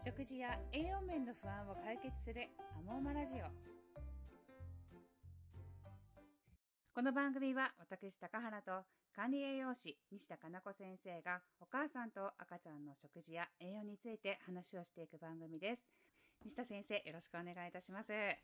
食事や栄養面の不安を解決するアモーマラジオ。この番組は私高原と管理栄養士西田かな子先生がお母さんと赤ちゃんの食事や栄養について話をしていく番組です。西田先生、よろしくお願いいたします。 はい、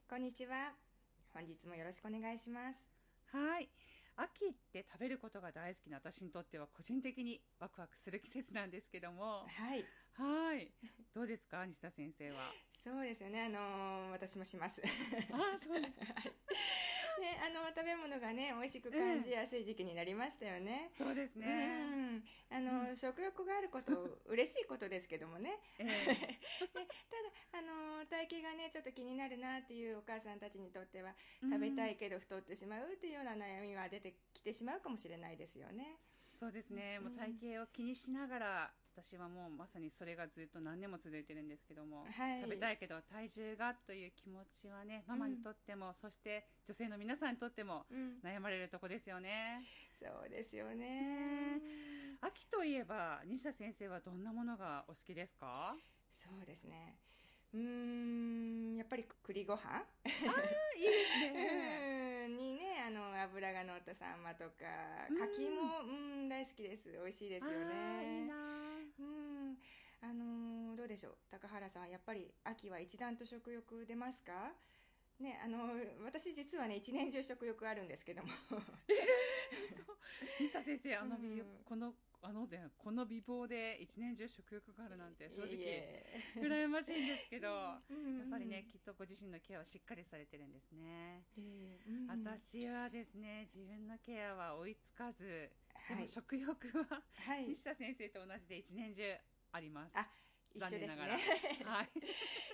こんにちは。本日もよろしくお願いします。 はい。秋って食べることが大好きな私にとっては個人的にワクワクする季節なんですけども。 はい。 はい。どうですか、西田先生は。 そうですよね。私もします。 そうです。 ね、食べ物がね、美味しく感じやすい時期になりましたよね。 そうですね。 食欲があること、嬉しいことですけどもね。でただ、体型がね、ちょっと気になるなっていうお母さんたちにとっては、食べたいけど太ってしまうというような悩みは出てきてしまうかもしれないですよね。 そうですね。もう体型を気にしながら、私はもうまさにそれがずっと何年も続いてるんですけども、 はい、 食べたいけど体重がという気持ちはね、ママにとっても、そして女性の皆さんにとっても悩まれるとこですよね。 そうですよね。 秋といえば西田先生はどんなものがお好きですか？ そうですね。やっぱり栗ご飯いいですね。 にね、油が乗ったサンマとか、柿も、大好きです。美味しいですよね。 いいな。 どうでしょう。高原さん、やっぱり秋は一段と食欲出ますか？ね、私実はね、一年中食欲あるんですけども。 西田先生、この美貌で一年中食欲があるなんて正直羨ましいんですけど、やっぱりね、きっとご自身のケアはしっかりされてるんですね。私はですね、自分のケアは追いつかず、でも食欲は、西田先生と同じで一年中あります。 一緒ですね。はい。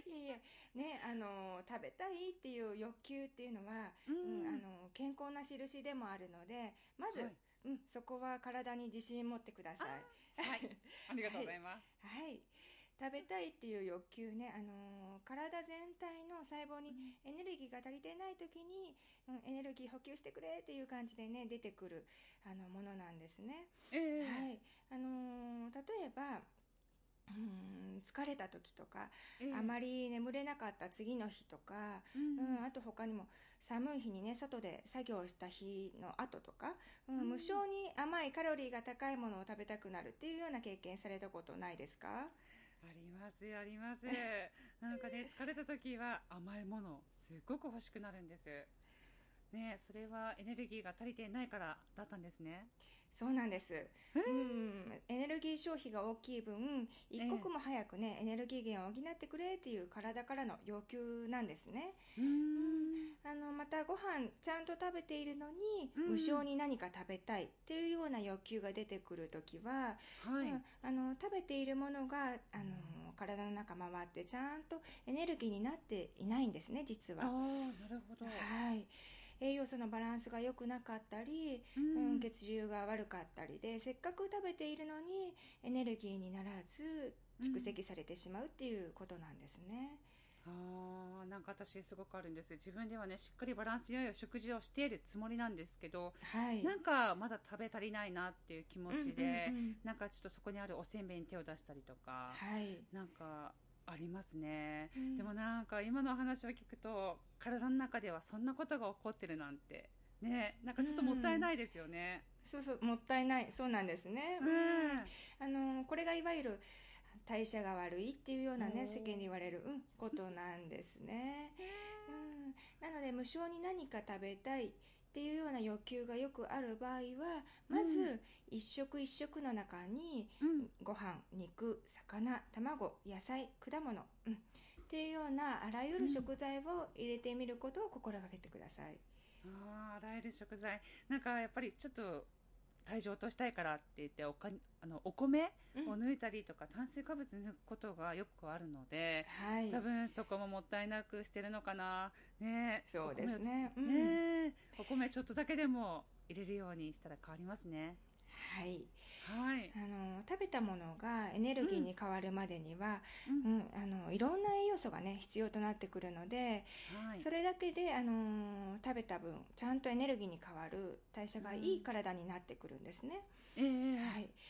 いえね、食べたいっていう欲求っていうのは、健康な印でもあるので、まず、そこは体に自信持ってください。 はい。ありがとうございます。 はい。食べたいっていう欲求ね、体全体の細胞にエネルギーが足りてない時に、エネルギー補給してくれっていう感じでね、出てくる、ものなんですね。はい。例えば、疲れた時とか、あまり眠れなかった次の日とか、あと他にも寒い日にね、外で作業した日の後とか、無性に甘いカロリーが高いものを食べたくなるっていうような経験されたことないですか？ ありますよ、あります。なんかね、疲れた時は甘いものすごく欲しくなるんです。ね、それはエネルギーが足りていないからだったんですね。 そうなんです。エネルギー消費が大きい分、一刻も早くね、エネルギー源を補ってくれっていう体からの要求なんですね。またご飯ちゃんと食べているのに、無性に何か食べたいっていうような欲求が出てくるときは、食べているものが、体の中回ってちゃんとエネルギーになっていないんですね、実は。 なるほど。 はい。栄養素のバランスが良くなかったり、血流が悪かったりで、せっかく食べているのにエネルギーにならず蓄積されてしまうっていうことなんですね。 なんか私すごくあるんです。自分ではね、しっかりバランス良い食事をしているつもりなんですけど、なんかまだ食べ足りないなっていう気持ちで、なんかちょっとそこにあるおせんべいに手を出したりとか、なんかありますね。でもなんか今の話を聞くと、体の中ではそんなことが起こってるなんて、ね、なんかちょっともったいないですよね。 そうそう、もったいない。そうなんですね。これがいわゆる代謝が悪いっていうようなね、世間で言われる、ことなんですね。なので、無性に何か食べたいっていうような欲求がよくある場合は、まず、一食一食の中に、ご飯、肉、魚、卵、野菜、果物、っていうようなあらゆる食材を入れてみることを心がけてください。 あらゆる食材。なんかやっぱりちょっと、体重を落としたいからって言ってお米を抜いたりとか、炭水化物抜くことがよくあるので、多分そこももったいなくしてるのかな。ね、 そうですね。 お米ちょっとだけでも入れるようにしたら変わりますね。 はい。食べたものがエネルギーに変わるまでには、いろんな栄養素がね、必要となってくるので、それだけで、食べた分、ちゃんとエネルギーに変わる代謝がいい体になってくるんですね。無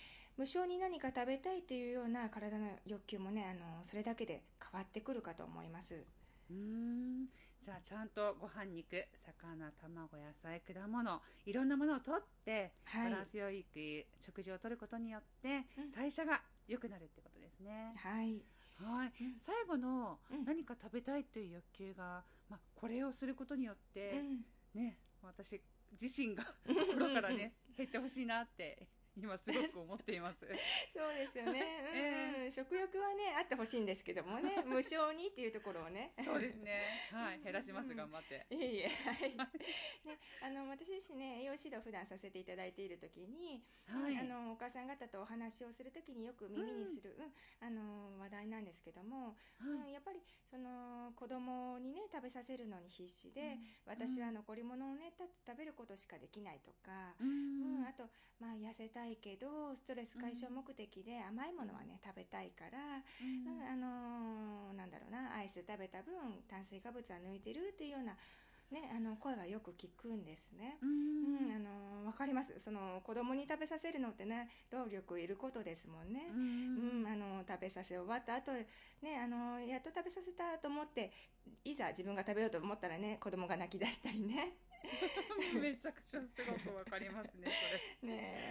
無性に何か食べたいというような体の欲求もね、それだけで変わってくるかと思います。 じゃあちゃんとご飯、肉、魚、卵、野菜、果物、いろんなものをとって、バランスよい食事をとることによって代謝が良くなるってことですね。 はい。 最後の何か食べたいという欲求が、これをすることによって、ね、私自身が心からね減ってほしいなって今すごく思っています。 そうですよね。食欲はね、あってほしいんですけどもね、無性にっていうところをね。 そうですね。減らします、頑張って。 いえいえ、はい。ね、私自身ね、栄養指導を普段させていただいているときに、お母さん方とお話をするときによく耳にする、話題なんですけども、やっぱり、子供にね、食べさせるのに必死で、私は残り物をね、食べることしかできないとか、あと、痩せたいけどストレス解消目的で甘いものはね食べたいから、なんだろうな、アイス食べた分炭水化物は抜いてるっていうようなね、声はよく聞くんですね。わかります。子供に食べさせるのってね、労力いることですもんね。食べさせ終わった後、ね、やっと食べさせたと思って、いざ自分が食べようと思ったらね、子供が泣き出したりね。 めちゃくちゃすごくわかりますね、それ。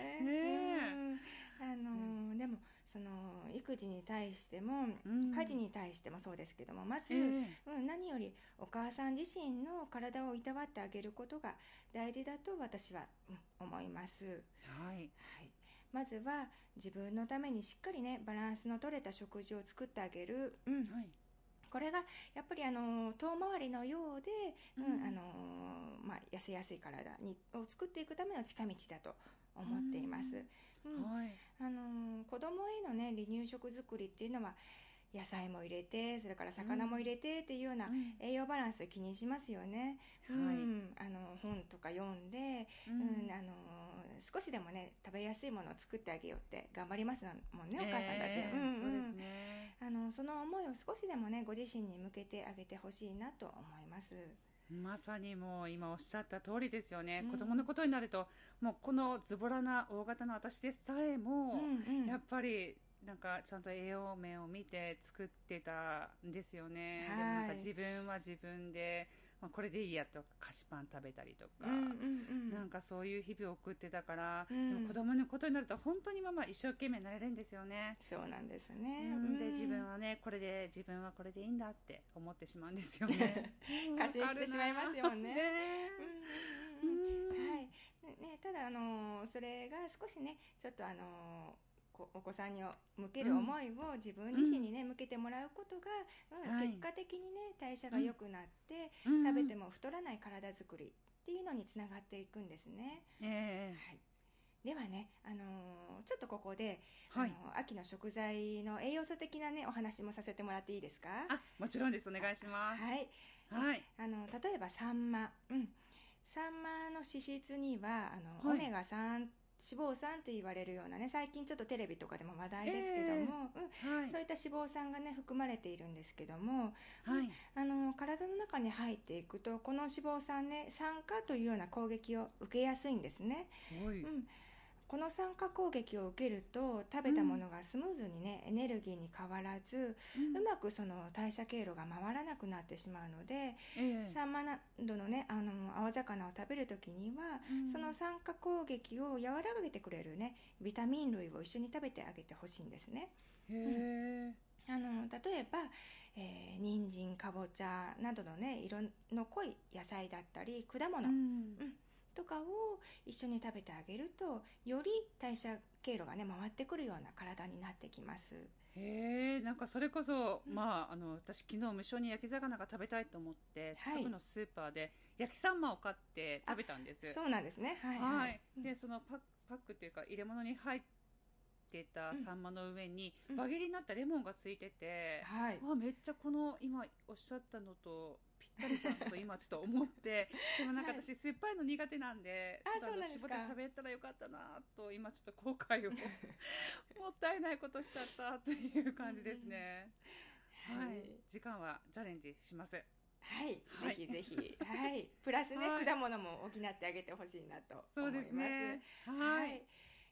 でも、育児に対しても、家事に対してもそうですけども、まず、何よりお母さん自身の体をいたわってあげることが大事だと私は、思います。まずは自分のためにしっかりね、バランスの取れた食事を作ってあげる。これがやっぱり遠回りのようで、痩せやすい体を作っていくための近道だと思っています。子供へのね、離乳食作りっていうのは野菜も入れて、それから魚も入れてっていうような栄養バランスを気にしますよね。本とか読んで、少しでもね食べやすいものを作ってあげようって頑張りますもんね、お母さんたち。その思いを少しでもねご自身に向けてあげてほしいなと思います。 まさにもう今おっしゃった通りですよね。子供のことになるともうこのズボラな大型の私でさえも、やっぱりなんかちゃんと栄養面を見て作ってたんですよね。でもなんか自分は自分で、これでいいやとか菓子パン食べたりとか、なんかそういう日々を送ってたから、でも子供のことになると本当にママ一生懸命なれるんですよね。 そうなんですね。 で自分はね自分はこれでいいんだって思ってしまうんですよね。 過信してしまいますよね。ただそれが少しねちょっとお子さんに向ける思いを自分自身にね、向けてもらうことが、結果的にね代謝が良くなって、食べても太らない体づくりっていうのにつながっていくんですね。ではね、ちょっとここで、秋の食材の栄養素的なねお話もさせてもらっていいですか？ もちろんです、お願いします。 例えばサンマ、サンマの脂質にはオメガ3脂肪酸と言われるようなね、最近ちょっとテレビとかでも話題ですけども、そういった脂肪酸がね含まれているんですけども、体の中に入っていくとこの脂肪酸ね、酸化というような攻撃を受けやすいんですね。この酸化攻撃を受けると食べたものがスムーズにね、エネルギーに変わらず、うまくその代謝経路が回らなくなってしまうので、サンマなどのね青魚を食べるときには、その酸化攻撃を和らげてくれるねビタミン類を一緒に食べてあげてほしいんですね。例えば、人参、かぼちゃなどのね色の濃い野菜だったり果物、とかを一緒に食べてあげると、より代謝経路がね回ってくるような体になってきます。 なんかそれこそ、私昨日無性に焼き魚が食べたいと思って近くのスーパーで焼きサンマを買って食べたんです。 そうなんですね。 でそのパックっていうか入れ物に入ってたサンマの上に輪切りになったレモンがついてて、めっちゃこの今おっしゃったのとぴったりじゃんと今ちょっと思って、でもなんか私酸っぱいの苦手なんで、ちょっと絞って食べたらよかったなと今ちょっと後悔をもったいないことしちゃったという感じですね。時間はチャレンジします。ぜひぜひ、プラスね、果物も補ってあげてほしいなと思います。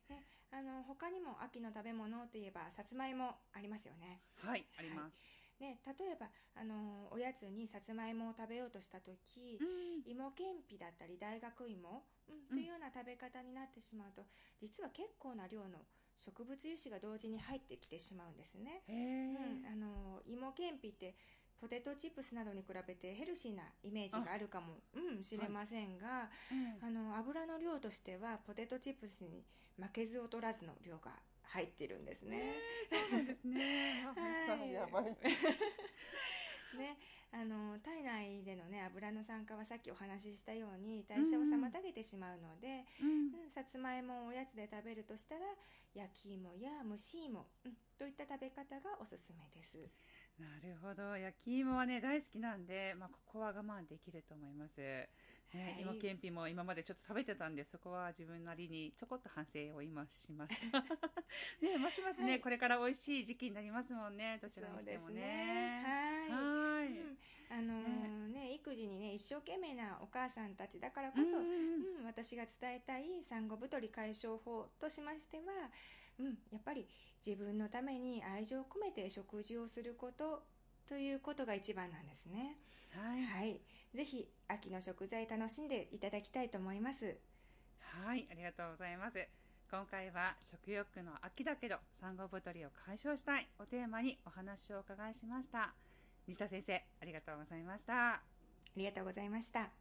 他にも秋の食べ物といえばさつまいもありますよね。 はい、あります。 ね、例えばおやつにさつまいもを食べようとした時、芋けんぴだったり大学芋、というような食べ方になってしまうと、実は結構な量の植物油脂が同時に入ってきてしまうんですね。芋けんぴってポテトチップスなどに比べてヘルシーなイメージがあるかもしれませんが、油の量としてはポテトチップスに負けず劣らずの量が入ってるんですね。 そうなんですね。やばい。 ね、体内でのね油の酸化はさっきお話ししたように代謝を妨げてしまうので、さつまいもをおやつで食べるとしたら焼き芋や蒸し芋、といった食べ方がおすすめです。 なるほど。焼き芋はね大好きなんで、ここは我慢できると思います。芋けんぴも今までちょっと食べてたんで、そこは自分なりにちょこっと反省を今しましたね。ますますね、これから美味しい時期になりますもんね、どちらにしてもね。 はい。育児にね一生懸命なお母さんたちだからこそ、私が伝えたい産後太り解消法としましては、やっぱり自分のために愛情を込めて食事をすることということが一番なんですね。はい。ぜひ秋の食材楽しんでいただきたいと思います。 はい、ありがとうございます。今回は食欲の秋だけど産後太りを解消したいをテーマにお話をお伺いしました。西田先生、ありがとうございました。 ありがとうございました。